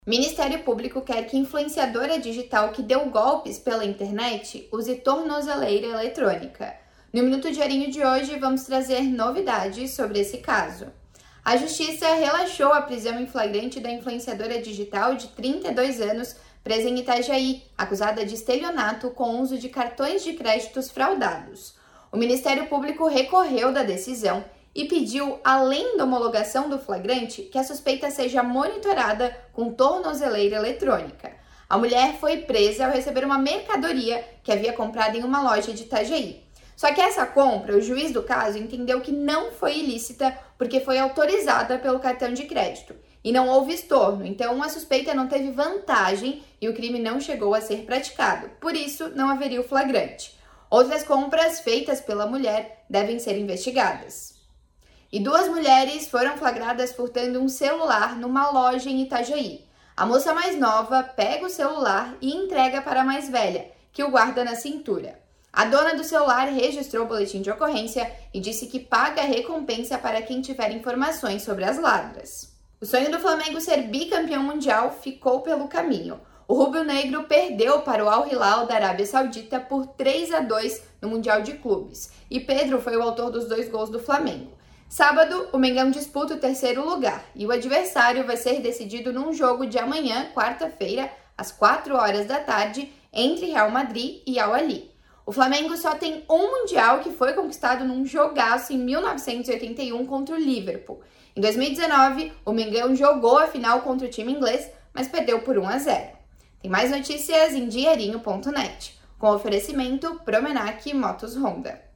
Ministério Público quer que influenciadora digital que deu golpes pela internet use tornozeleira eletrônica. No Minuto Diarinho de hoje, vamos trazer novidades sobre esse caso. A Justiça relaxou a prisão em flagrante da influenciadora digital de 32 anos, presa em Itajaí, acusada de estelionato com uso de cartões de créditos fraudados. O Ministério Público recorreu da decisão e pediu, além da homologação do flagrante, que a suspeita seja monitorada com tornozeleira eletrônica. A mulher foi presa ao receber uma mercadoria que havia comprado em uma loja de Itajaí. Só que essa compra, o juiz do caso entendeu que não foi ilícita porque foi autorizada pelo cartão de crédito e não houve estorno, então a suspeita não teve vantagem e o crime não chegou a ser praticado, por isso não haveria o flagrante. Outras compras feitas pela mulher devem ser investigadas. E 2 mulheres foram flagradas furtando um celular numa loja em Itajaí. A moça mais nova pega o celular e entrega para a mais velha, que o guarda na cintura. A dona do celular registrou o boletim de ocorrência e disse que paga a recompensa para quem tiver informações sobre as ladras. O sonho do Flamengo ser bicampeão mundial ficou pelo caminho. O rubro-negro perdeu para o Al Hilal da Arábia Saudita por 3-2 no Mundial de Clubes, e Pedro foi o autor dos 2 gols do Flamengo. Sábado, o Mengão disputa o 3º lugar e o adversário vai ser decidido num jogo de amanhã, quarta-feira, às 4 horas da tarde, entre Real Madrid e Al Ahly. O Flamengo só tem um Mundial que foi conquistado num jogaço em 1981 contra o Liverpool. Em 2019, o Mengão jogou a final contra o time inglês, mas perdeu por 1-0. Tem mais notícias em diarinho.net, com oferecimento Promenac Motos Honda.